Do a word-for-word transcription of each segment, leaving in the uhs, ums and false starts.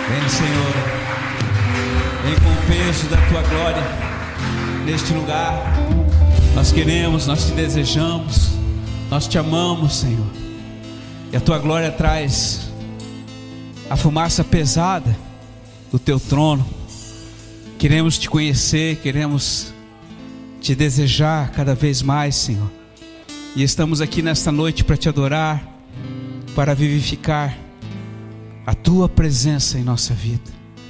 Vem, Senhor, vem com o peso da Tua glória neste lugar. Nós queremos, nós te desejamos, nós te amamos, Senhor. E a Tua glória traz a fumaça pesada do Teu trono. Queremos te conhecer, queremos te desejar cada vez mais, Senhor. E estamos aqui nesta noite para te adorar, para vivificar a Tua presença em nossa vida.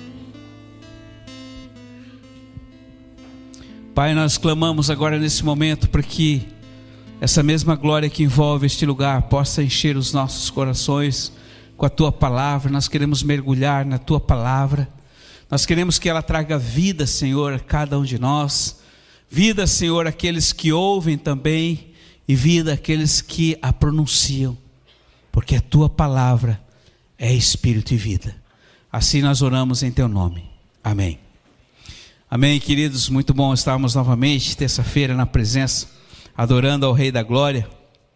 Pai, nós clamamos agora nesse momento para que essa mesma glória que envolve este lugar possa encher os nossos corações com a Tua palavra. Nós queremos mergulhar na Tua palavra. Nós queremos que ela traga vida, Senhor, a cada um de nós. Vida, Senhor, àqueles que ouvem também, e vida àqueles que a pronunciam, porque a Tua palavra é Espírito e vida. Assim nós oramos em Teu nome. Amém. Amém, queridos. Muito bom estarmos novamente, terça-feira, na presença, adorando ao Rei da Glória.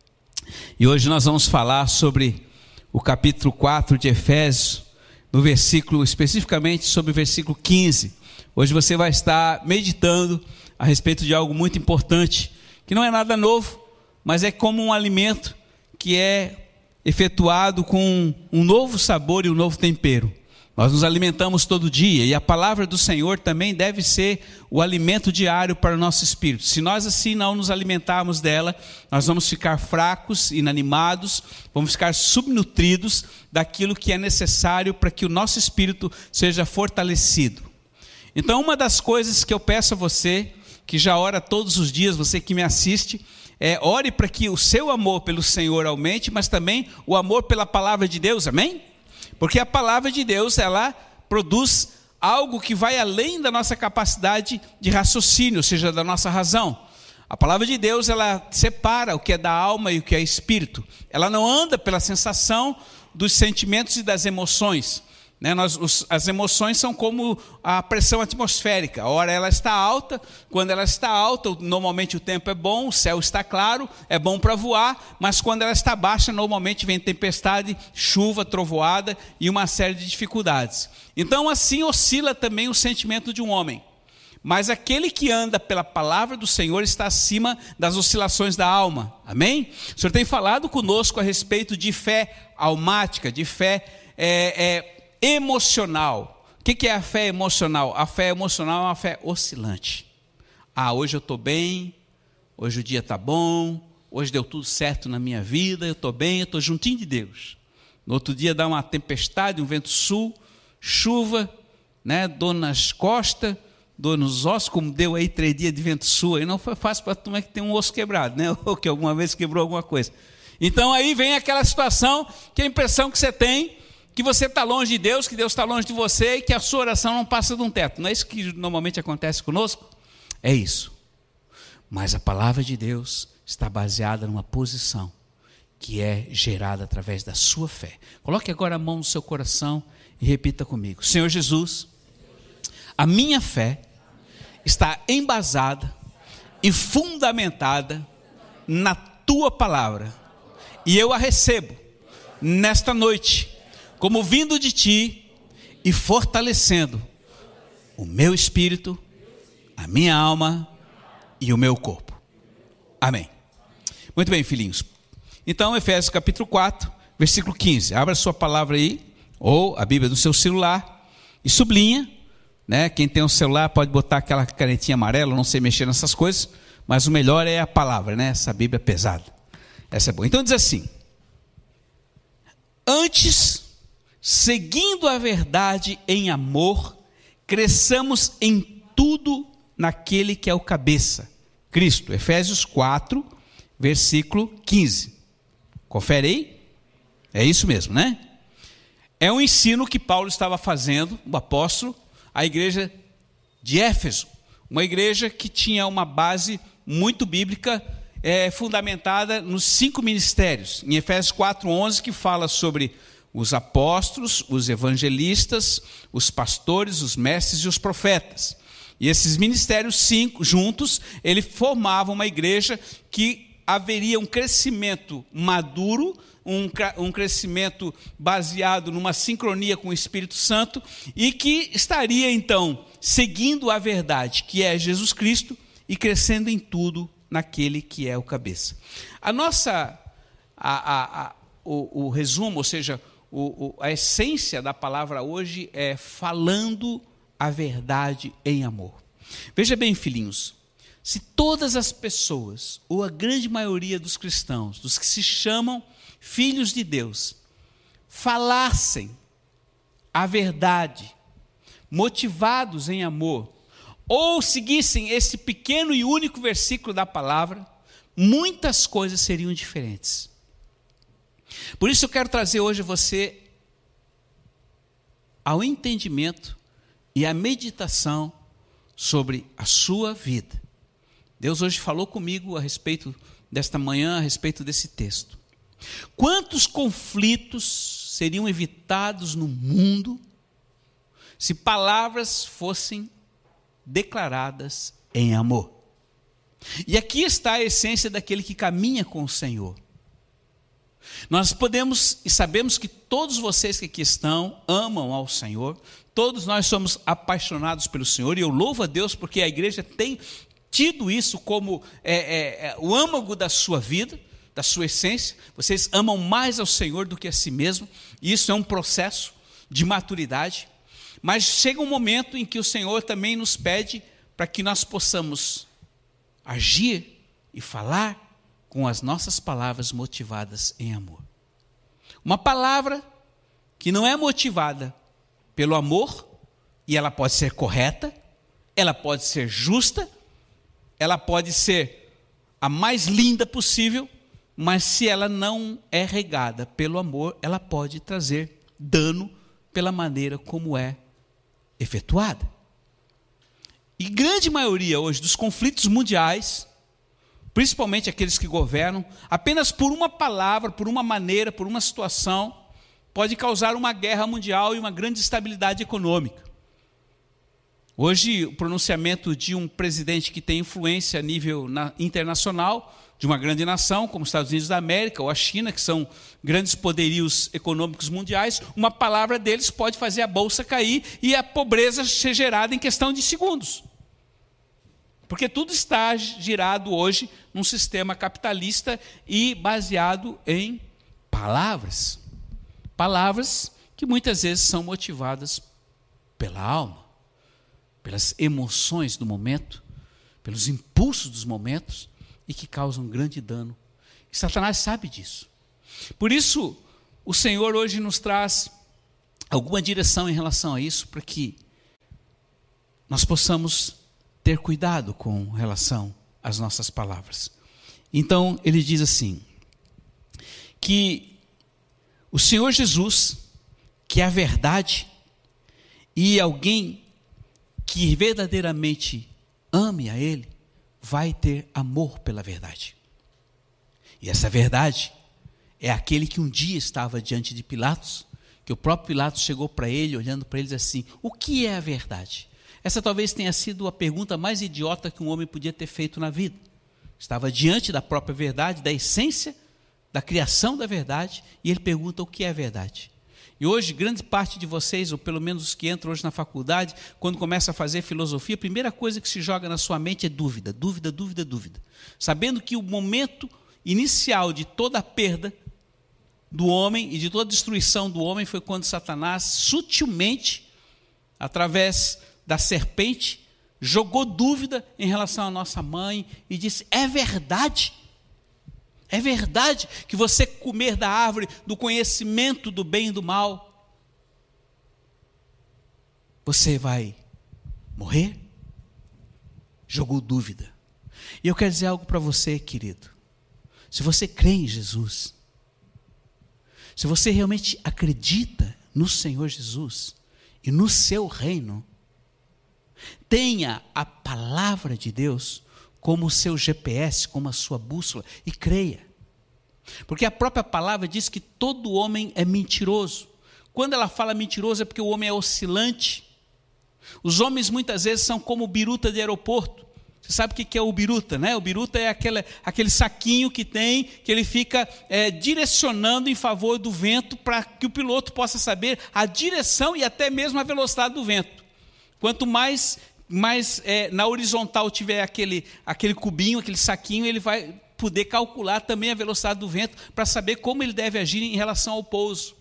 E hoje nós vamos falar sobre o capítulo quatro de Efésios, no versículo, especificamente sobre o versículo quinze. Hoje você vai estar meditando a respeito de algo muito importante, que não é nada novo, mas é como um alimento que é efetuado com um novo sabor e um novo tempero. Nós nos alimentamos todo dia, e a palavra do Senhor também deve ser o alimento diário para o nosso espírito. Se nós assim não nos alimentarmos dela, nós vamos ficar fracos, inanimados, vamos ficar subnutridos daquilo que é necessário para que o nosso espírito seja fortalecido. Então, uma das coisas que eu peço a você, que já ora todos os dias, você que me assiste, é, ore para que o seu amor pelo Senhor aumente, mas também o amor pela palavra de Deus, amém? Porque a palavra de Deus, ela produz algo que vai além da nossa capacidade de raciocínio, ou seja, da nossa razão. A palavra de Deus, ela separa o que é da alma e o que é espírito. Ela não anda pela sensação dos sentimentos e das emoções. Né, nós, os, as emoções são como a pressão atmosférica. A hora ela está alta, quando ela está alta, normalmente o tempo é bom, o céu está claro, é bom para voar, mas quando ela está baixa, normalmente vem tempestade, chuva, trovoada e uma série de dificuldades. Então assim oscila também o sentimento de um homem. Mas aquele que anda pela palavra do Senhor está acima das oscilações da alma. Amém? O Senhor tem falado conosco a respeito de fé almática, de fé é, é, emocional. O que é a fé emocional? A fé emocional é uma fé oscilante. Ah, hoje eu estou bem, hoje o dia está bom, hoje deu tudo certo na minha vida, eu estou bem, eu estou juntinho de Deus. No outro dia dá uma tempestade, um vento sul, chuva, né, dor nas costas, dor nos ossos, como deu aí três dias de vento sul, aí não foi fácil para a turma que tem um osso quebrado, né, ou que alguma vez quebrou alguma coisa. Então aí vem aquela situação que a impressão que você tem, que você está longe de Deus, que Deus está longe de você e que a sua oração não passa de um teto. Não é isso que normalmente acontece conosco? É isso. Mas a palavra de Deus está baseada numa posição que é gerada através da sua fé. Coloque agora a mão no seu coração e repita comigo. Senhor Jesus, a minha fé está embasada e fundamentada na Tua palavra. E eu a recebo nesta noite como vindo de Ti e fortalecendo o meu espírito, a minha alma e o meu corpo. Amém. Muito bem, filhinhos. Então, Efésios capítulo quatro, versículo quinze. Abra a sua palavra aí, ou a Bíblia do seu celular, e sublinha, né? Quem tem um celular pode botar aquela canetinha amarela, não sei mexer nessas coisas, mas o melhor é a palavra, né? Essa Bíblia é pesada. Essa é boa. Então diz assim: antes, seguindo a verdade em amor, cresçamos em tudo naquele que é o cabeça, Cristo. Efésios quatro, versículo quinze. Confere aí? É isso mesmo, né? É um ensino que Paulo estava fazendo, o apóstolo, à igreja de Éfeso. Uma igreja que tinha uma base muito bíblica, é, fundamentada nos cinco ministérios. Em Efésios quatro, onze, que fala sobre os apóstolos, os evangelistas, os pastores, os mestres e os profetas. E esses ministérios cinco juntos, ele formava uma igreja que haveria um crescimento maduro, um, um crescimento baseado numa sincronia com o Espírito Santo, e que estaria então seguindo a verdade, que é Jesus Cristo, e crescendo em tudo naquele que é o cabeça. A nossa, a, a, a, o, o resumo, ou seja, o, o, a essência da palavra hoje é falando a verdade em amor. Veja bem, filhinhos, se todas as pessoas, ou a grande maioria dos cristãos, dos que se chamam filhos de Deus, falassem a verdade, motivados em amor, ou seguissem esse pequeno e único versículo da palavra, muitas coisas seriam diferentes. Por isso eu quero trazer hoje você ao entendimento e à meditação sobre a sua vida. Deus hoje falou comigo a respeito desta manhã, a respeito desse texto. Quantos conflitos seriam evitados no mundo se palavras fossem declaradas em amor? E aqui está a essência daquele que caminha com o Senhor. Nós podemos e sabemos que todos vocês que aqui estão amam ao Senhor, todos nós somos apaixonados pelo Senhor, e eu louvo a Deus porque a igreja tem tido isso como é, é, é, o âmago da sua vida, da sua essência. Vocês amam mais ao Senhor do que a si mesmo, e isso é um processo de maturidade. Mas chega um momento em que o Senhor também nos pede para que nós possamos agir e falar com as nossas palavras motivadas em amor. Uma palavra que não é motivada pelo amor, e ela pode ser correta, ela pode ser justa, ela pode ser a mais linda possível, mas se ela não é regada pelo amor, ela pode trazer dano pela maneira como é efetuada. E grande maioria hoje dos conflitos mundiais, principalmente aqueles que governam, apenas por uma palavra, por uma maneira, por uma situação, pode causar uma guerra mundial e uma grande instabilidade econômica. Hoje, o pronunciamento de um presidente que tem influência a nível internacional, de uma grande nação, como os Estados Unidos da América ou a China, que são grandes poderios econômicos mundiais, uma palavra deles pode fazer a bolsa cair e a pobreza ser gerada em questão de segundos. Porque tudo está girado hoje num sistema capitalista e baseado em palavras. Palavras que muitas vezes são motivadas pela alma, pelas emoções do momento, pelos impulsos dos momentos, e que causam grande dano. E Satanás sabe disso. Por isso, o Senhor hoje nos traz alguma direção em relação a isso, para que nós possamos ter cuidado com relação às nossas palavras. Então, ele diz assim, que o Senhor Jesus, que é a verdade, e alguém que verdadeiramente ame a Ele, vai ter amor pela verdade. E essa verdade é aquele que um dia estava diante de Pilatos, que o próprio Pilatos chegou para ele, olhando para ele, e disse assim: o que é a verdade? Essa talvez tenha sido a pergunta mais idiota que um homem podia ter feito na vida. Estava diante da própria verdade, da essência, da criação da verdade, e ele pergunta o que é a verdade. E hoje, grande parte de vocês, ou pelo menos os que entram hoje na faculdade, quando começa a fazer filosofia, a primeira coisa que se joga na sua mente é dúvida, dúvida, dúvida, dúvida. Sabendo que o momento inicial de toda a perda do homem e de toda a destruição do homem foi quando Satanás, sutilmente, através da serpente, jogou dúvida em relação à nossa mãe e disse: é verdade? É verdade que você comer da árvore do conhecimento do bem e do mal, você vai morrer? Jogou dúvida. E eu quero dizer algo para você, querido. Se você crê em Jesus, se você realmente acredita no Senhor Jesus e no seu reino, tenha a palavra de Deus como o seu G P S, como a sua bússola, e creia. Porque a própria palavra diz que todo homem é mentiroso. Quando ela fala mentiroso é porque o homem é oscilante. Os homens muitas vezes são como biruta de aeroporto. Você sabe o que é o biruta, né? O biruta é aquele, aquele saquinho que tem, que ele fica é, direcionando em favor do vento para que o piloto possa saber a direção e até mesmo a velocidade do vento. Quanto mais, mais é, na horizontal tiver aquele, aquele cubinho, aquele saquinho, ele vai poder calcular também a velocidade do vento para saber como ele deve agir em relação ao pouso.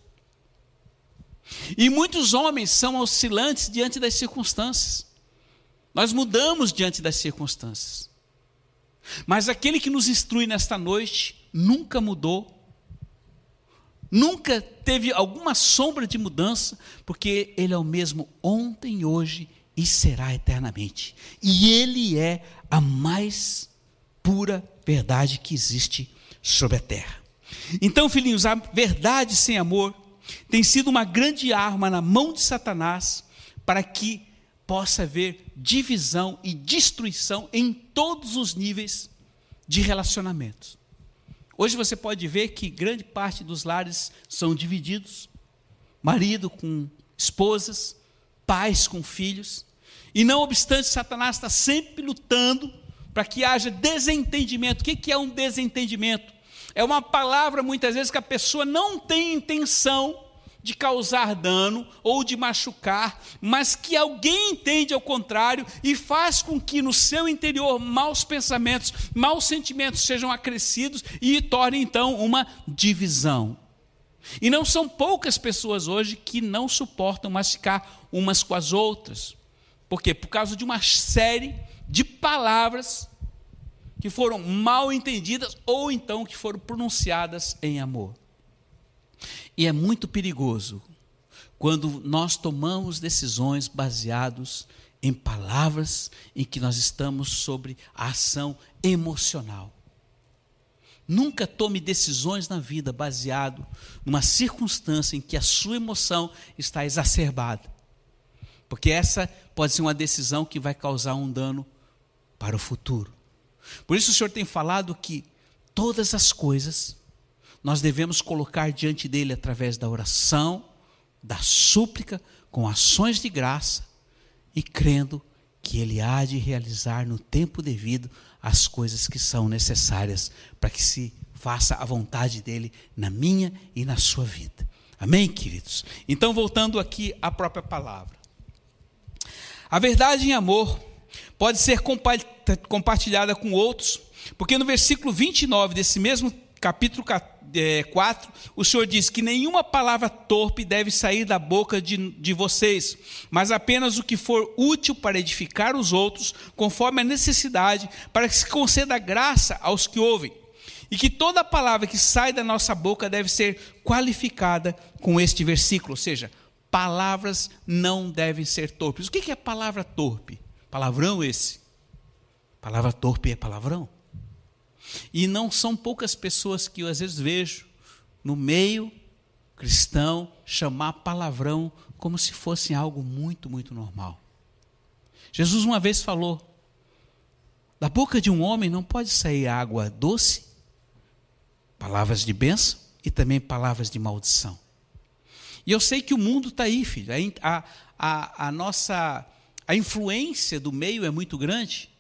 E muitos homens são oscilantes diante das circunstâncias. Nós mudamos diante das circunstâncias. Mas aquele que nos instrui nesta noite nunca mudou, nunca teve alguma sombra de mudança, porque Ele é o mesmo ontem, hoje e será eternamente. E Ele é a mais pura verdade que existe sobre a terra. Então, filhinhos, a verdade sem amor tem sido uma grande arma na mão de Satanás para que possa haver divisão e destruição em todos os níveis de relacionamentos. Hoje você pode ver que grande parte dos lares são divididos, marido com esposas, pais com filhos, e não obstante Satanás está sempre lutando para que haja desentendimento. O que é um desentendimento? É uma palavra muitas vezes que a pessoa não tem intenção de causar dano ou de machucar, mas que alguém entende ao contrário e faz com que no seu interior maus pensamentos, maus sentimentos sejam acrescidos e tornem então uma divisão. E não são poucas pessoas hoje que não suportam mais ficar umas com as outras. Por quê? Por causa de uma série de palavras que foram mal entendidas ou então que foram pronunciadas em amor. E é muito perigoso quando nós tomamos decisões baseadas em palavras em que nós estamos sobre a ação emocional. Nunca tome decisões na vida baseado numa circunstância em que a sua emoção está exacerbada. Porque essa pode ser uma decisão que vai causar um dano para o futuro. Por isso o Senhor tem falado que todas as coisas nós devemos colocar diante dele através da oração, da súplica, com ações de graça e crendo que ele há de realizar no tempo devido as coisas que são necessárias para que se faça a vontade dele na minha e na sua vida. Amém, queridos? Então, voltando aqui à própria palavra. A verdade em amor pode ser compartilhada com outros, porque no versículo vinte e nove desse mesmo capítulo quatro, o Senhor diz que nenhuma palavra torpe deve sair da boca de, de vocês, mas apenas o que for útil para edificar os outros, conforme a necessidade, para que se conceda graça aos que ouvem. E que toda palavra que sai da nossa boca deve ser qualificada com este versículo, ou seja, palavras não devem ser torpes. O que é palavra torpe? Palavrão esse? Palavra torpe é palavrão. E não são poucas pessoas que eu às vezes vejo no meio cristão chamar palavrão como se fosse algo muito, muito normal. Jesus uma vez falou, da boca de um homem não pode sair água doce, palavras de bênção e também palavras de maldição. E eu sei que o mundo está aí, filho, a, a, a nossa, a influência do meio é muito grande,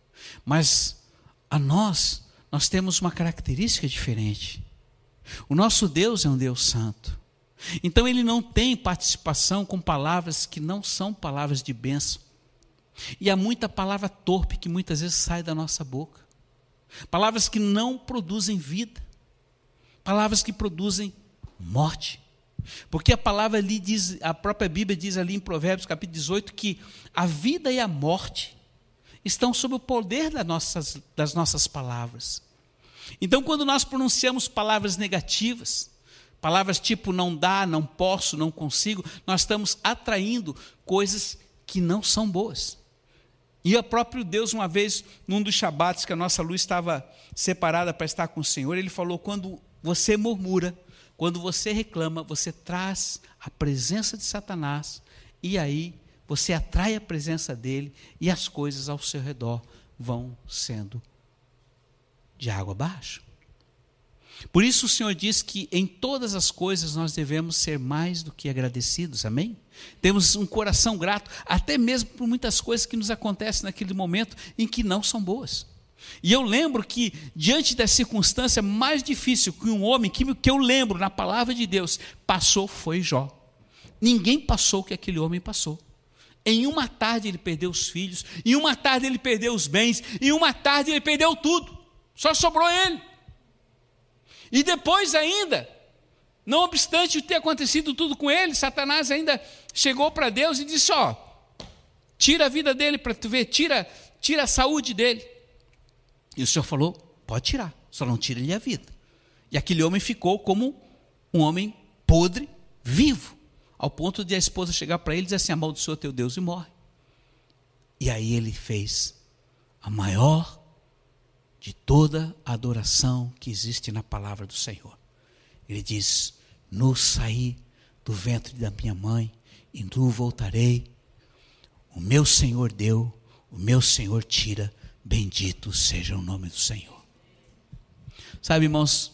mas a nós, nós temos uma característica diferente. O nosso Deus é um Deus santo. Então ele não tem participação com palavras que não são palavras de bênção. E há muita palavra torpe que muitas vezes sai da nossa boca. Palavras que não produzem vida. Palavras que produzem morte. Porque a palavra ali diz, a própria Bíblia diz ali em Provérbios capítulo dezoito que a vida e a morte estão sob o poder das nossas, das nossas palavras. Então, quando nós pronunciamos palavras negativas, palavras tipo não dá, não posso, não consigo, nós estamos atraindo coisas que não são boas. E o próprio Deus, uma vez, num dos shabates que a nossa luz estava separada para estar com o Senhor, Ele falou, quando você murmura, quando você reclama, você traz a presença de Satanás, e aí você atrai a presença dele e as coisas ao seu redor vão sendo de água abaixo. Por isso o Senhor diz que em todas as coisas nós devemos ser mais do que agradecidos, amém? Temos um coração grato, até mesmo por muitas coisas que nos acontecem naquele momento em que não são boas. E eu lembro que, diante da circunstância mais difícil que um homem, que, que eu lembro na palavra de Deus, passou, foi Jó. Ninguém passou o que aquele homem passou. Em uma tarde ele perdeu os filhos, em uma tarde ele perdeu os bens, em uma tarde ele perdeu tudo, só sobrou ele. E depois ainda, não obstante ter acontecido tudo com ele, Satanás ainda chegou para Deus e disse, ó, tira a vida dele para tu ver, tira, tira a saúde dele. E o Senhor falou, pode tirar, só não tira lhe a vida. E aquele homem ficou como um homem podre, vivo, ao ponto de a esposa chegar para ele e dizer assim, amaldiçoa teu Deus e morre. E aí ele fez a maior de toda a adoração que existe na palavra do Senhor. Ele diz, no saí do ventre da minha mãe, e nu voltarei. O meu Senhor deu, o meu Senhor tira, bendito seja o nome do Senhor. Sabe, irmãos,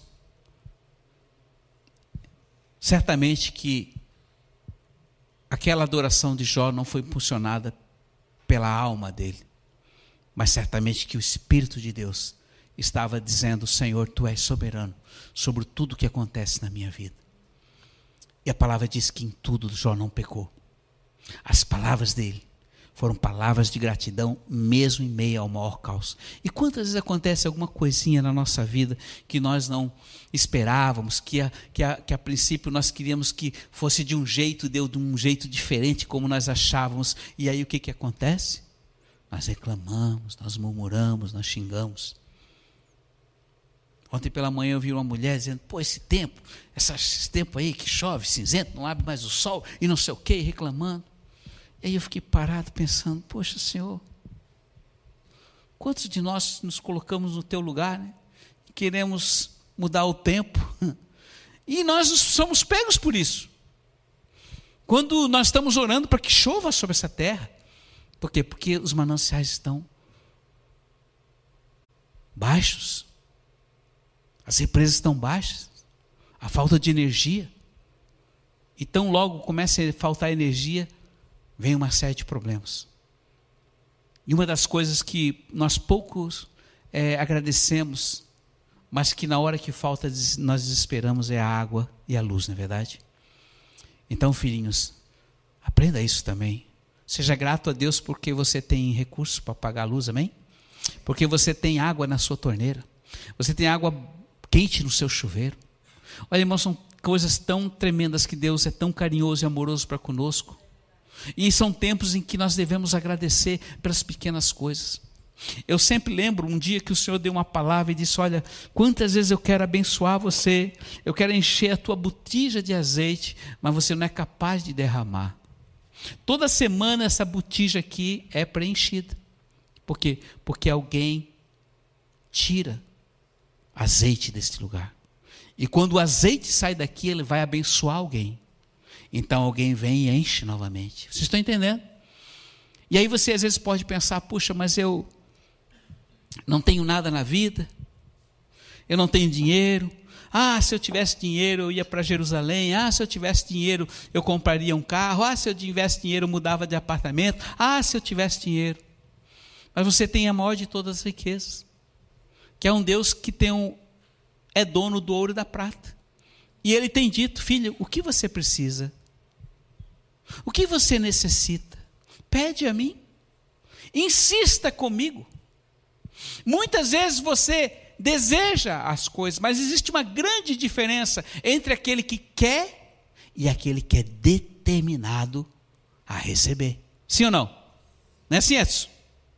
certamente que aquela adoração de Jó não foi impulsionada pela alma dele, mas certamente que o Espírito de Deus estava dizendo, Senhor, Tu és soberano sobre tudo o que acontece na minha vida. E a palavra diz que em tudo Jó não pecou. As palavras dele foram palavras de gratidão, mesmo em meio ao maior caos. E quantas vezes acontece alguma coisinha na nossa vida que nós não esperávamos, que a, que a, que a princípio nós queríamos que fosse de um jeito, deu de um jeito diferente como nós achávamos. E aí o que, que acontece? Nós reclamamos, nós murmuramos, nós xingamos. Ontem pela manhã eu vi uma mulher dizendo, pô, esse tempo, esse tempo aí que chove, cinzento, não abre mais o sol, e não sei o quê, reclamando. E aí eu fiquei parado pensando, poxa Senhor, quantos de nós nos colocamos no teu lugar, né? E queremos mudar o tempo, e nós somos pegos por isso. Quando nós estamos orando para que chova sobre essa terra, por quê? Porque os mananciais estão baixos, as represas estão baixas, a falta de energia. Então logo começa a faltar energia, vem uma série de problemas. E uma das coisas que nós poucos é, agradecemos, mas que na hora que falta nós desesperamos, é a água e a luz, não é verdade? Então, filhinhos, aprenda isso também. Seja grato a Deus porque você tem recursos para pagar a luz, amém? Porque você tem água na sua torneira, você tem água quente no seu chuveiro. Olha, irmãos, são coisas tão tremendas que Deus é tão carinhoso e amoroso para conosco. E são tempos em que nós devemos agradecer pelas pequenas coisas. Eu sempre lembro um dia que o Senhor deu uma palavra e disse, olha, quantas vezes eu quero abençoar você, eu quero encher a tua botija de azeite, mas você não é capaz de derramar. Toda semana essa botija aqui é preenchida. Por quê? Porque alguém tira azeite desse lugar. E quando o azeite sai daqui, ele vai abençoar alguém. Então alguém vem e enche novamente. Vocês estão entendendo? E aí você às vezes pode pensar, puxa, mas eu não tenho nada na vida, eu não tenho dinheiro. Ah, se eu tivesse dinheiro eu ia para Jerusalém. Ah, se eu tivesse dinheiro eu compraria um carro. Ah, se eu tivesse dinheiro eu mudava de apartamento. Ah, se eu tivesse dinheiro. Mas você tem a maior de todas as riquezas, que é um Deus que tem um, é dono do ouro e da prata. E Ele tem dito, filho, o que você precisa? O que você necessita? Pede a mim. Insista comigo. Muitas vezes você deseja as coisas, mas existe uma grande diferença entre aquele que quer e aquele que é determinado a receber. Sim ou não? Não é assim, Edson?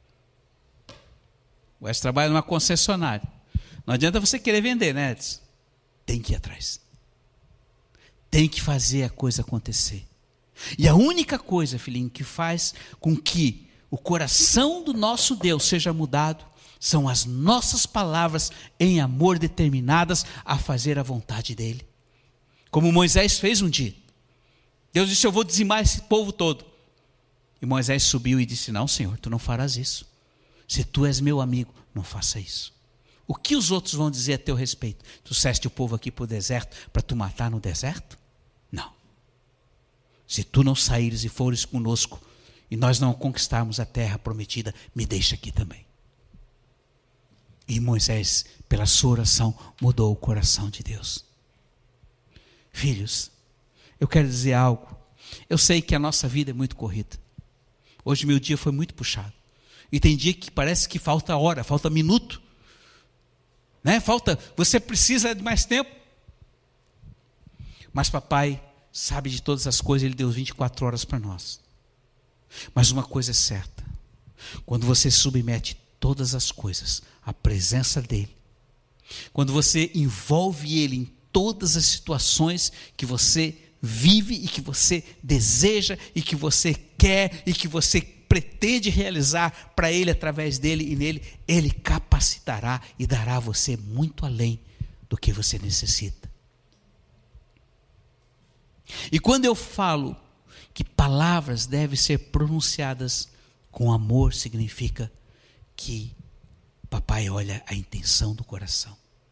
O Edson trabalha numa concessionária. Não adianta você querer vender, né, Edson? Tem que ir atrás. Tem que fazer a coisa acontecer. E a única coisa, filhinho, que faz com que o coração do nosso Deus seja mudado são as nossas palavras em amor determinadas a fazer a vontade dEle. Como Moisés fez um dia. Deus disse, eu vou dizimar esse povo todo. E Moisés subiu e disse, não, Senhor, tu não farás isso. Se tu és meu amigo, não faça isso. O que os outros vão dizer a teu respeito? Tu trouxeste o povo aqui para o deserto para tu matar no deserto? Não. Se tu não saíres e fores conosco e nós não conquistarmos a terra prometida, me deixa aqui também. E Moisés, pela sua oração, mudou o coração de Deus. Filhos, eu quero dizer algo. Eu sei que a nossa vida é muito corrida. Hoje meu dia foi muito puxado. E tem dia que parece que falta hora, falta minuto. Né? Falta, você precisa de mais tempo. Mas papai sabe de todas as coisas, ele deu vinte e quatro horas para nós. Mas uma coisa é certa. Quando você submete todas as coisas à presença dele, quando você envolve ele em todas as situações que você vive e que você deseja e que você quer e que você pretende realizar para ele, através dele e nele, ele capacitará e dará a você muito além do que você necessita. E quando eu falo que palavras devem ser pronunciadas com amor, significa que papai olha a intenção do coração.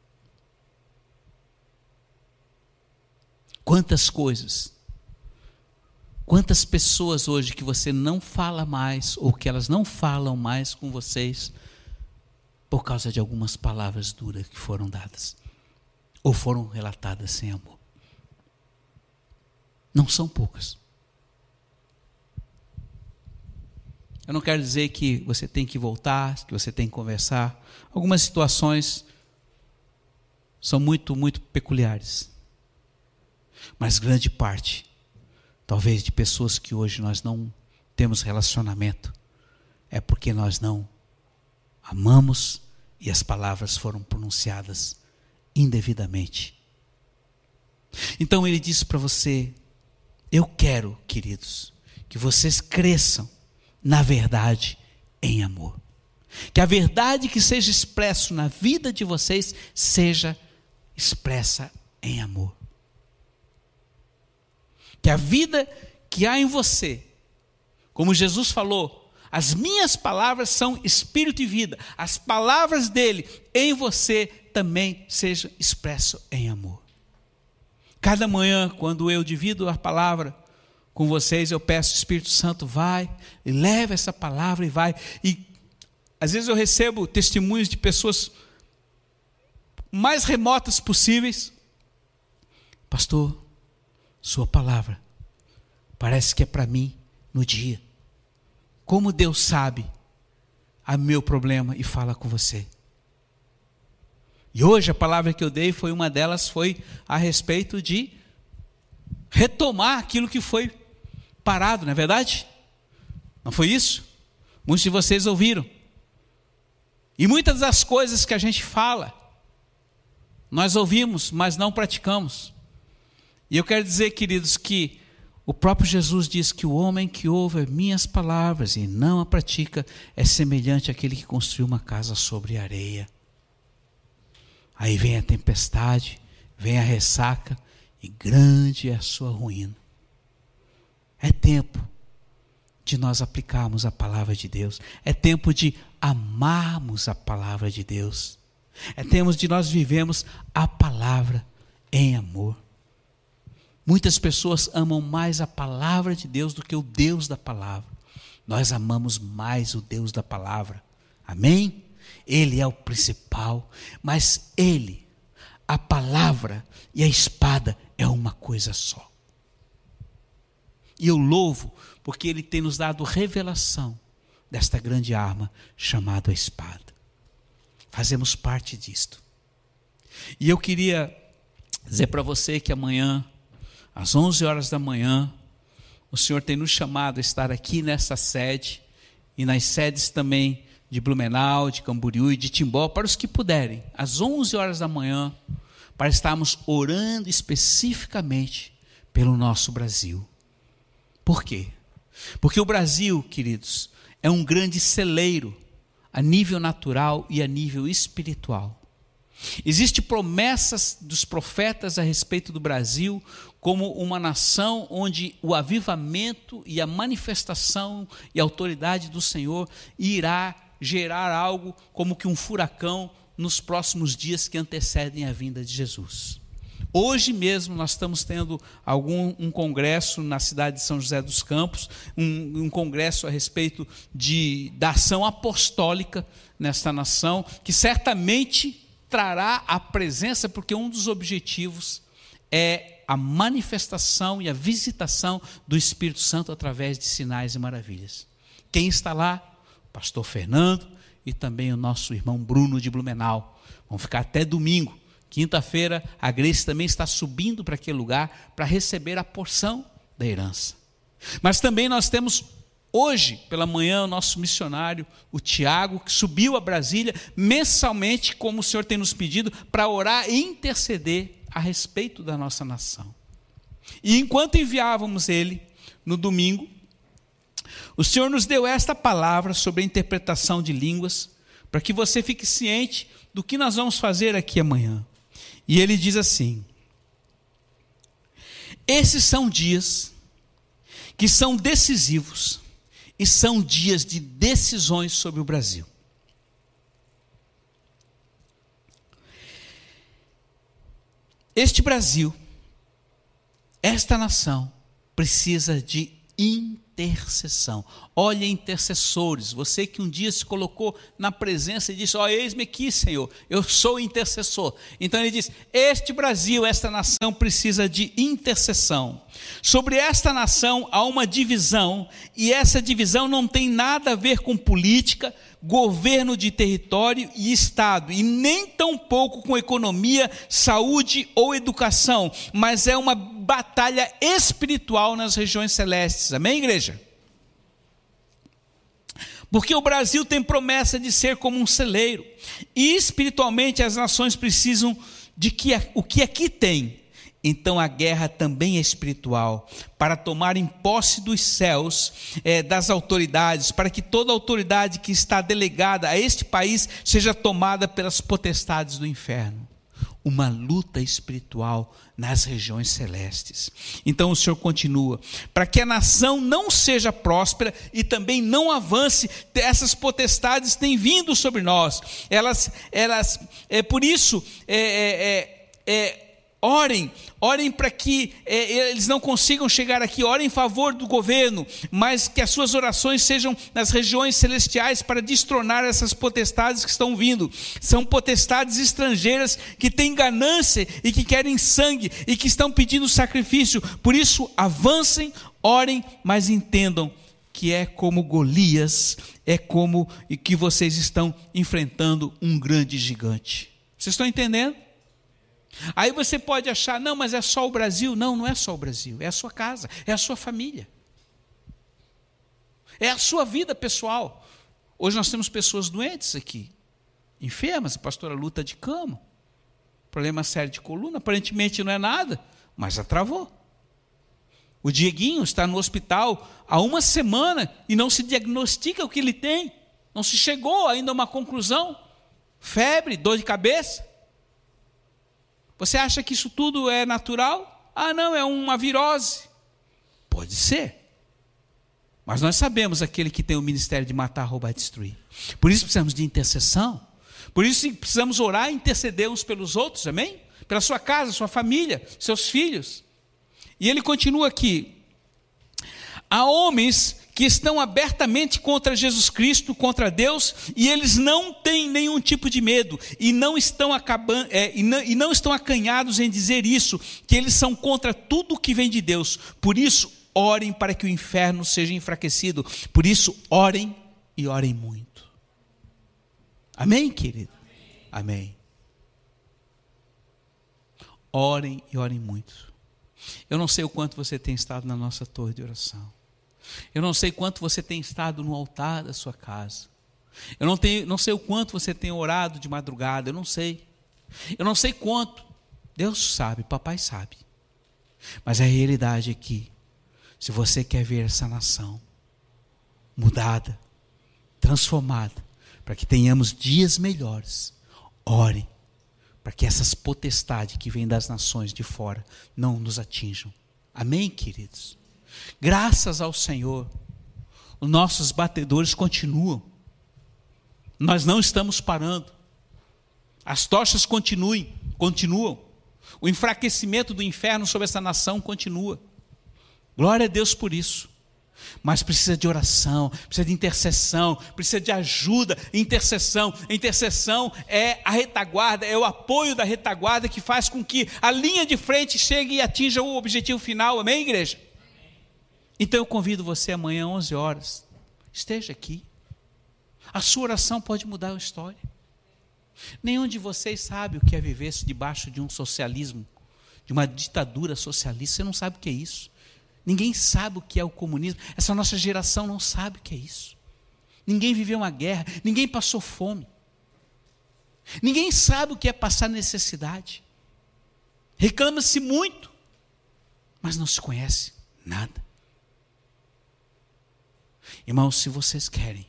Quantas coisas, quantas pessoas hoje que você não fala mais, ou que elas não falam mais com vocês, por causa de algumas palavras duras que foram dadas, ou foram relatadas sem amor. Não são poucas. Eu não quero dizer que você tem que voltar, que você tem que conversar. Algumas situações são muito, muito peculiares. Mas grande parte, talvez, de pessoas que hoje nós não temos relacionamento, é porque nós não amamos e as palavras foram pronunciadas indevidamente. Então ele disse para você: eu quero, queridos, que vocês cresçam na verdade em amor. Que a verdade que seja expressa na vida de vocês seja expressa em amor. Que a vida que há em você, como Jesus falou, as minhas palavras são espírito e vida, as palavras dele em você também sejam expressas em amor. Cada manhã, quando eu divido a palavra com vocês, eu peço, Espírito Santo, vai, e leva essa palavra e vai. E às vezes eu recebo testemunhos de pessoas mais remotas possíveis. Pastor, sua palavra parece que é para mim no dia. Como Deus sabe o meu problema e fala com você. E hoje a palavra que eu dei foi uma delas, foi a respeito de retomar aquilo que foi parado, não é verdade? Não foi isso? Muitos de vocês ouviram. E muitas das coisas que a gente fala, nós ouvimos, mas não praticamos. E eu quero dizer, queridos, que o próprio Jesus diz que o homem que ouve minhas palavras e não a pratica é semelhante àquele que construiu uma casa sobre areia. Aí vem a tempestade, vem a ressaca e grande é a sua ruína. É tempo de nós aplicarmos a palavra de Deus. É tempo de amarmos a palavra de Deus. É tempo de nós vivermos a palavra em amor. Muitas pessoas amam mais a palavra de Deus do que o Deus da palavra. Nós amamos mais o Deus da palavra. Amém? Ele é o principal, mas ele, a palavra e a espada é uma coisa só. E eu louvo porque ele tem nos dado revelação desta grande arma chamada a espada. Fazemos parte disto. E eu queria dizer para você que amanhã, às onze horas da manhã, o Senhor tem nos chamado a estar aqui nessa sede e nas sedes também de Blumenau, de Camboriú e de Timbó, para os que puderem, às onze horas da manhã, para estarmos orando especificamente pelo nosso Brasil. Por quê? Porque o Brasil, queridos, é um grande celeiro a nível natural e a nível espiritual. Existem promessas dos profetas a respeito do Brasil como uma nação onde o avivamento e a manifestação e a autoridade do Senhor irá gerar algo como que um furacão nos próximos dias que antecedem a vinda de Jesus. Hoje mesmo nós estamos tendo algum, um congresso na cidade de São José dos Campos, um, um congresso a respeito de, da ação apostólica nesta nação, que certamente trará a presença, porque um dos objetivos é a manifestação e a visitação do Espírito Santo através de sinais e maravilhas. Quem está lá? O pastor Fernando e também o nosso irmão Bruno de Blumenau. Vão ficar até domingo. Quinta-feira, a Grace também está subindo para aquele lugar para receber a porção da herança. Mas também nós temos hoje, pela manhã, o nosso missionário, o Tiago, que subiu a Brasília mensalmente, como o Senhor tem nos pedido, para orar e interceder a respeito da nossa nação. E enquanto enviávamos ele, no domingo, o Senhor nos deu esta palavra sobre a interpretação de línguas, para que você fique ciente do que nós vamos fazer aqui amanhã. E ele diz assim: esses são dias que são decisivos e são dias de decisões sobre o Brasil. Este Brasil, esta nação, precisa de intercessão. Olha, intercessores, você que um dia se colocou na presença e disse: ó, eis-me aqui, Senhor, eu sou intercessor. Então ele diz: este Brasil, esta nação precisa de intercessão. Sobre esta nação há uma divisão, e essa divisão não tem nada a ver com política, governo de território e Estado, e nem tampouco com economia, saúde ou educação, mas é uma batalha espiritual nas regiões celestes. Amém, igreja? Porque o Brasil tem promessa de ser como um celeiro, e espiritualmente as nações precisam de que, o que aqui tem. Então a guerra também é espiritual, para tomarem posse dos céus, é, das autoridades, para que toda autoridade que está delegada a este país seja tomada pelas potestades do inferno. Uma luta espiritual nas regiões celestes. Então o Senhor continua: para que a nação não seja próspera e também não avance, essas potestades têm vindo sobre nós. Elas, elas, é por isso, é, é, é, orem, orem para que é, eles não consigam chegar aqui, orem em favor do governo, mas que as suas orações sejam nas regiões celestiais para destronar essas potestades que estão vindo. São potestades estrangeiras que têm ganância e que querem sangue e que estão pedindo sacrifício. Por isso, avancem, orem, mas entendam que é como Golias, é como que vocês estão enfrentando um grande gigante. Vocês estão entendendo? Aí você pode achar: não, mas é só o Brasil. Não, não é só o Brasil, é a sua casa, é a sua família, é a sua vida pessoal. Hoje nós temos pessoas doentes aqui, enfermas, a pastora luta de cama, problema sério de coluna, aparentemente não é nada, mas já travou. O Dieguinho está no hospital há uma semana e não se diagnostica o que ele tem, não se chegou ainda a uma conclusão, febre, dor de cabeça. Você acha que isso tudo é natural? Ah, não, é uma virose. Pode ser. Mas nós sabemos aquele que tem o ministério de matar, roubar e destruir. Por isso precisamos de intercessão. Por isso precisamos orar e interceder uns pelos outros, amém? Pela sua casa, sua família, seus filhos. E ele continua aqui: há homens que estão abertamente contra Jesus Cristo, contra Deus, e eles não têm nenhum tipo de medo, e não estão, acabando, é, e não, e não estão acanhados em dizer isso, que eles são contra tudo que vem de Deus. Por isso, orem para que o inferno seja enfraquecido. Por isso, orem e orem muito. Amém, querido? Amém. Amém. Orem e orem muito. Eu não sei o quanto você tem estado na nossa torre de oração. Eu não sei quanto você tem estado no altar da sua casa. Eu não, tenho, não sei o quanto você tem orado de madrugada. Eu não sei. Eu não sei quanto. Deus sabe, papai sabe. Mas a realidade é que, se você quer ver essa nação mudada, transformada, para que tenhamos dias melhores, ore para que essas potestades que vêm das nações de fora não nos atinjam. Amém, queridos? Graças ao Senhor, os nossos batedores continuam. Nós não estamos parando. As tochas continuem, continuam. O enfraquecimento do inferno sobre essa nação continua. Glória a Deus por isso. Mas precisa de oração, precisa de intercessão, precisa de ajuda, intercessão. Intercessão é a retaguarda, é o apoio da retaguarda que faz com que a linha de frente chegue e atinja o objetivo final. Amém, igreja? Então eu convido você amanhã, onze horas, esteja aqui. A sua oração pode mudar a história. Nenhum de vocês sabe o que é viver debaixo de um socialismo, de uma ditadura socialista. Você não sabe o que é isso. Ninguém sabe o que é o comunismo. Essa nossa geração não sabe o que é isso. Ninguém viveu uma guerra, ninguém passou fome. Ninguém sabe o que é passar necessidade. Reclama-se muito, mas não se conhece nada. Irmãos, se vocês querem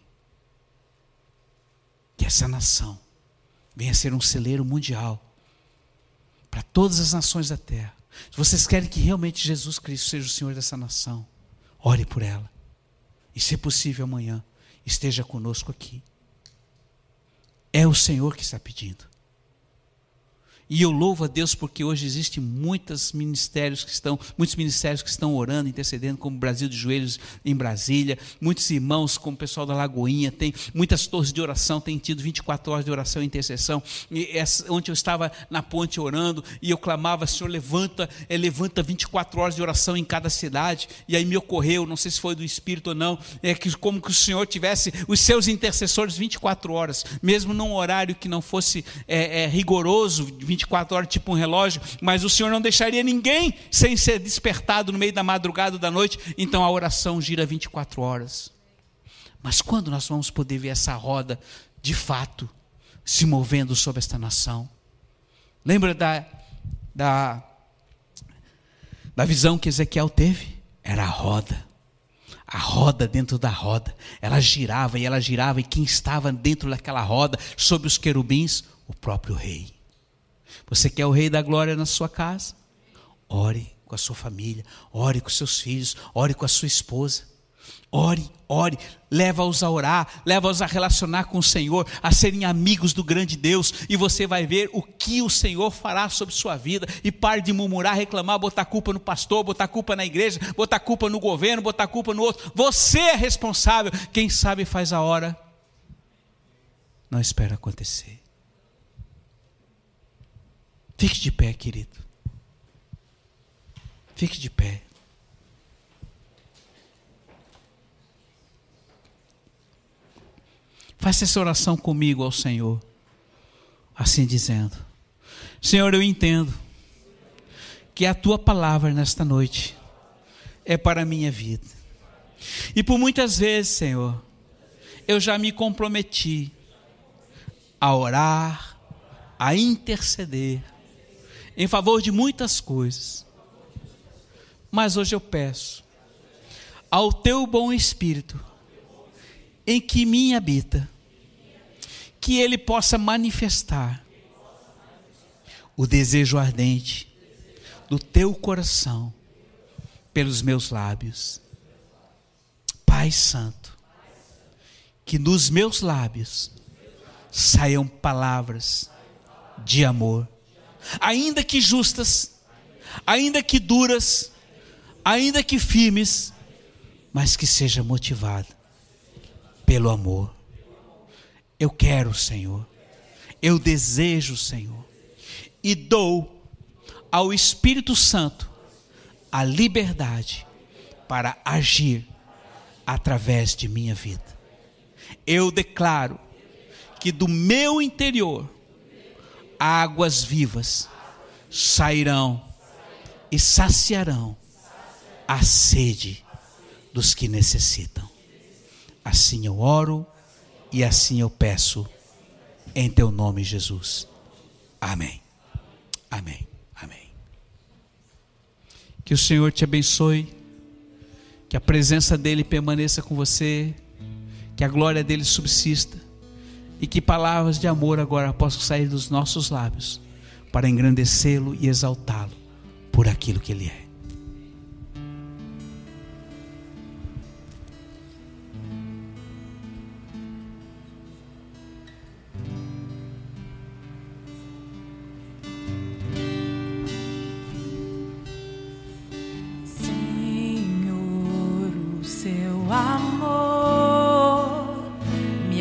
que essa nação venha a ser um celeiro mundial para todas as nações da terra, se vocês querem que realmente Jesus Cristo seja o Senhor dessa nação, ore por ela. E se possível amanhã, esteja conosco aqui. É o Senhor que está pedindo. E eu louvo a Deus porque hoje existem muitos ministérios que estão, muitos ministérios que estão orando, intercedendo, como Brasil de Joelhos em Brasília, muitos irmãos, como o pessoal da Lagoinha, tem muitas torres de oração, tem tido vinte e quatro horas de oração e intercessão. E essa, ontem eu estava na ponte orando e eu clamava: Senhor, levanta, é, levanta vinte e quatro horas de oração em cada cidade. E aí me ocorreu, não sei se foi do Espírito ou não, é que como que o Senhor tivesse os seus intercessores vinte e quatro horas, mesmo num horário que não fosse é, é, rigoroso, vinte e quatro horas, tipo um relógio, mas o Senhor não deixaria ninguém sem ser despertado no meio da madrugada ou da noite. Então a oração gira vinte e quatro horas. Mas quando nós vamos poder ver essa roda de fato se movendo sobre esta nação? Lembra da, da, da visão que Ezequiel teve? Era a roda. A roda dentro da roda. Ela girava e ela girava, e quem estava dentro daquela roda, sobre os querubins? O próprio rei. Você quer o Rei da Glória na sua casa? Ore com a sua família, ore com seus filhos, ore com a sua esposa. Ore, ore, leva-os a orar, leva-os a relacionar com o Senhor, a serem amigos do grande Deus, e você vai ver o que o Senhor fará sobre sua vida. E pare de murmurar, reclamar, botar culpa no pastor, botar culpa na igreja, botar culpa no governo, botar culpa no outro. Você é responsável. Quem sabe faz a hora, não espera acontecer. Fique de pé, querido. Fique de pé. Faça essa oração comigo ao Senhor, assim dizendo: Senhor, eu entendo que a Tua palavra nesta noite é para a minha vida. E por muitas vezes, Senhor, eu já me comprometi a orar, a interceder em favor de muitas coisas. Mas hoje eu peço ao Teu bom Espírito, em que me habita, que Ele possa manifestar o desejo ardente do Teu coração pelos meus lábios. Pai Santo, que dos meus lábios saiam palavras de amor, ainda que justas, ainda que duras, ainda que firmes, mas que seja motivado pelo amor. Eu quero, Senhor, eu desejo, Senhor, e dou ao Espírito Santo a liberdade para agir através de minha vida. Eu declaro que do meu interior águas vivas sairão e saciarão a sede dos que necessitam. Assim eu oro e assim eu peço, em Teu nome, Jesus. Amém. Amém. Amém. Que o Senhor te abençoe, que a presença dEle permaneça com você, que a glória dEle subsista, e que palavras de amor agora possam sair dos nossos lábios para engrandecê-lo e exaltá-lo por aquilo que Ele é. amor me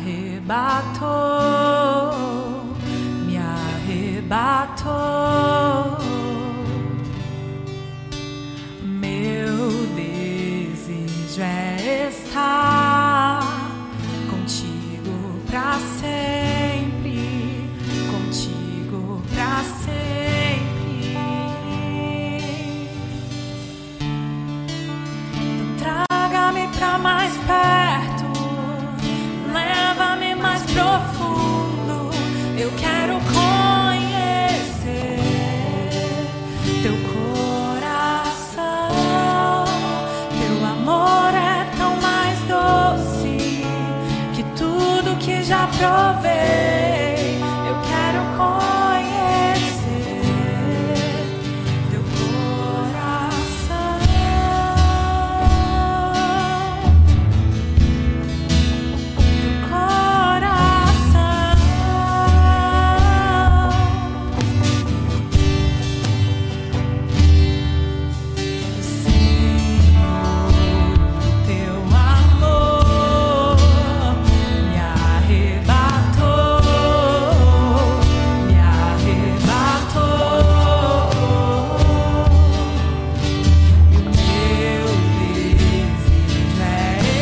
arrebatou, me arrebatou. Meu desejo é estar contigo pra sempre, contigo pra sempre. Então traga-me pra mais perto, leva-me mais profundo. Eu quero conhecer teu coração. Teu amor é tão mais doce que tudo que já provei. Eu quero conhecer teu coração. Teu coração. Senhor, teu amor me arrebatou, me arrebatou. E o meu desejo é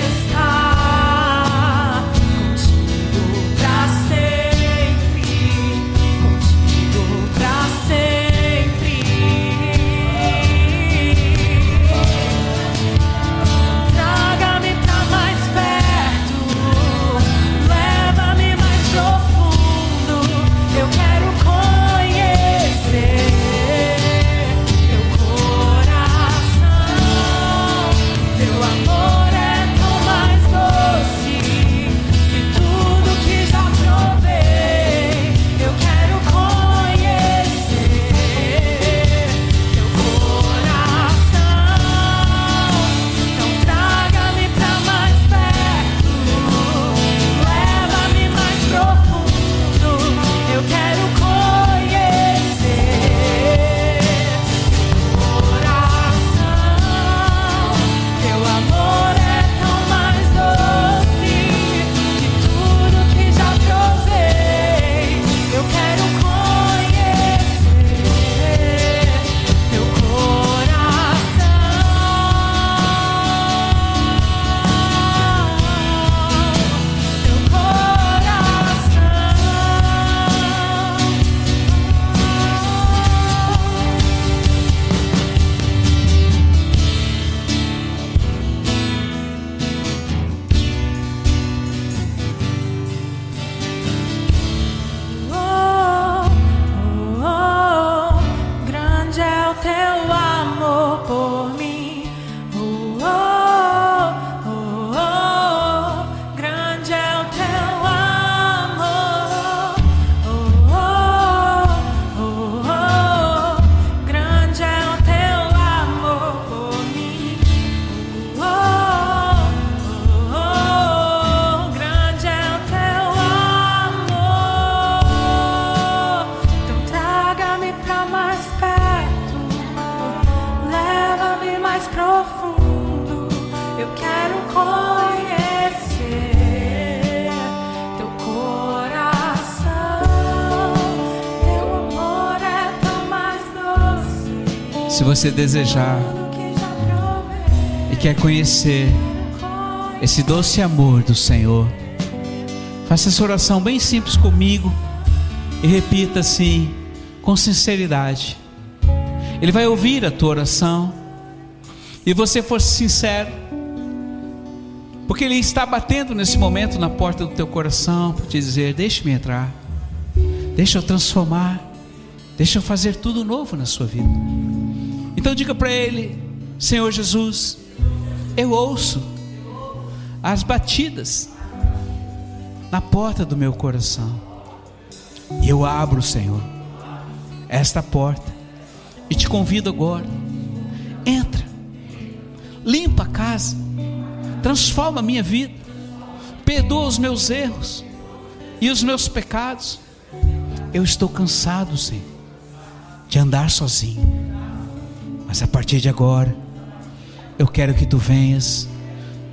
estar contigo pra sempre, contigo pra sempre. Traga-me pra mais perto, leva-me mais profundo. Eu quero conhecer teu coração. Teu amor é tão mais doce que tudo que já provei. Eu quero conhecer teu coração. Então traga-me pra mais perto, leva-me mais profundo. Eu quero conhecer teu coração. Teu amor é tão mais doce que tudo que já provei. Eu quero conhecer teu coração. Teu Oh, oh, oh, grande é o teu amor por mim. Oh, oh, oh, oh, grande é o teu amor. Oh, oh, oh, oh, grande é o teu amor por mim. Oh, oh, oh, grande é o teu amor. Então traga-me pra mais perto, leva-me mais profundo. Eu quero conhecer teu coração. Teu amor é tão mais doce Se você desejar do que já provei. e quer conhecer esse doce amor do Senhor, faça essa oração bem simples comigo e repita assim, com sinceridade. Ele vai ouvir a tua oração e você for sincero, porque Ele está batendo nesse momento na porta do teu coração para te dizer: deixe-me entrar, deixa eu transformar, deixa eu fazer tudo novo na sua vida. Então diga para Ele: Senhor Jesus, eu ouço as batidas na porta do meu coração, e eu abro, Senhor, esta porta e te convido agora, entra, limpa a casa, transforma a minha vida, perdoa os meus erros e os meus pecados. Eu estou cansado, Senhor, de andar sozinho, mas a partir de agora eu quero que Tu venhas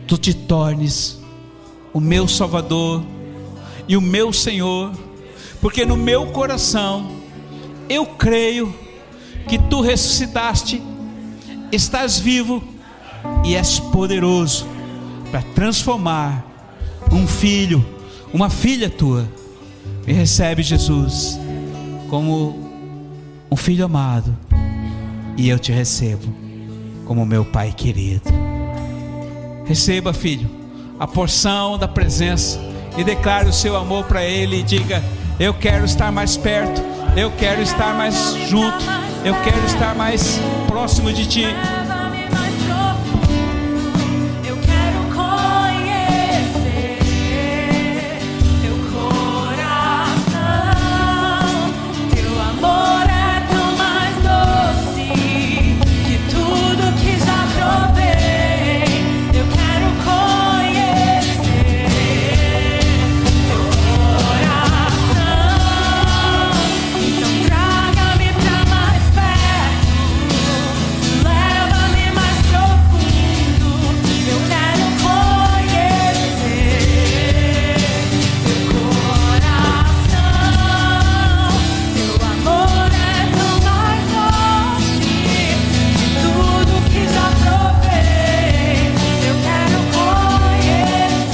Tu te tornes o meu Salvador e o meu Senhor, porque no meu coração eu creio que Tu ressuscitaste, estás vivo e és poderoso para transformar um filho, uma filha Tua. Me recebe, Jesus, como um filho amado, e eu Te recebo como meu Pai querido. Receba, filho, a porção da presença e declare o seu amor para Ele e diga: eu quero estar mais perto, eu quero estar mais junto, eu quero estar mais próximo de Ti. Leva-me mais profundo, eu quero conhecer Teu coração. Teu amor é tão mais doce que tudo que já provei. Eu quero conhecer Teu coração. Então traga-me pra mais perto, leva-me mais profundo. Eu quero conhecer Teu coração. Teu amor é tão mais doce que tudo que já provei. Eu quero conhecer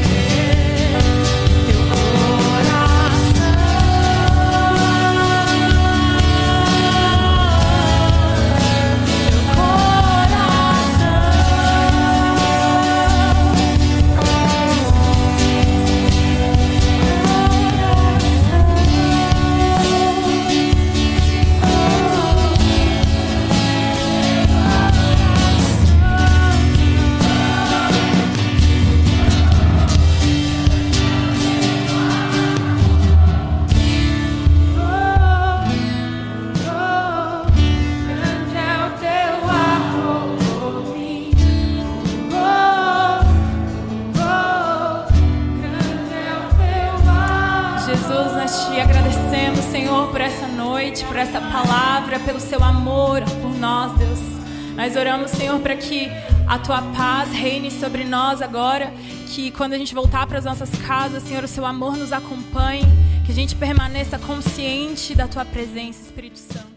Teu coração. Grande é o Teu amor por mim. Grande é o Teu amor. Jesus, nós Te agradecemos, Senhor, por essa noite, por essa palavra, pelo Seu amor por nós, Deus. Nós oramos, Senhor, para que a Tua paz reine sobre nós agora, que quando a gente voltar para as nossas casas, Senhor, o Seu amor nos acompanhe, que a gente permaneça consciente da Tua presença, Espírito Santo.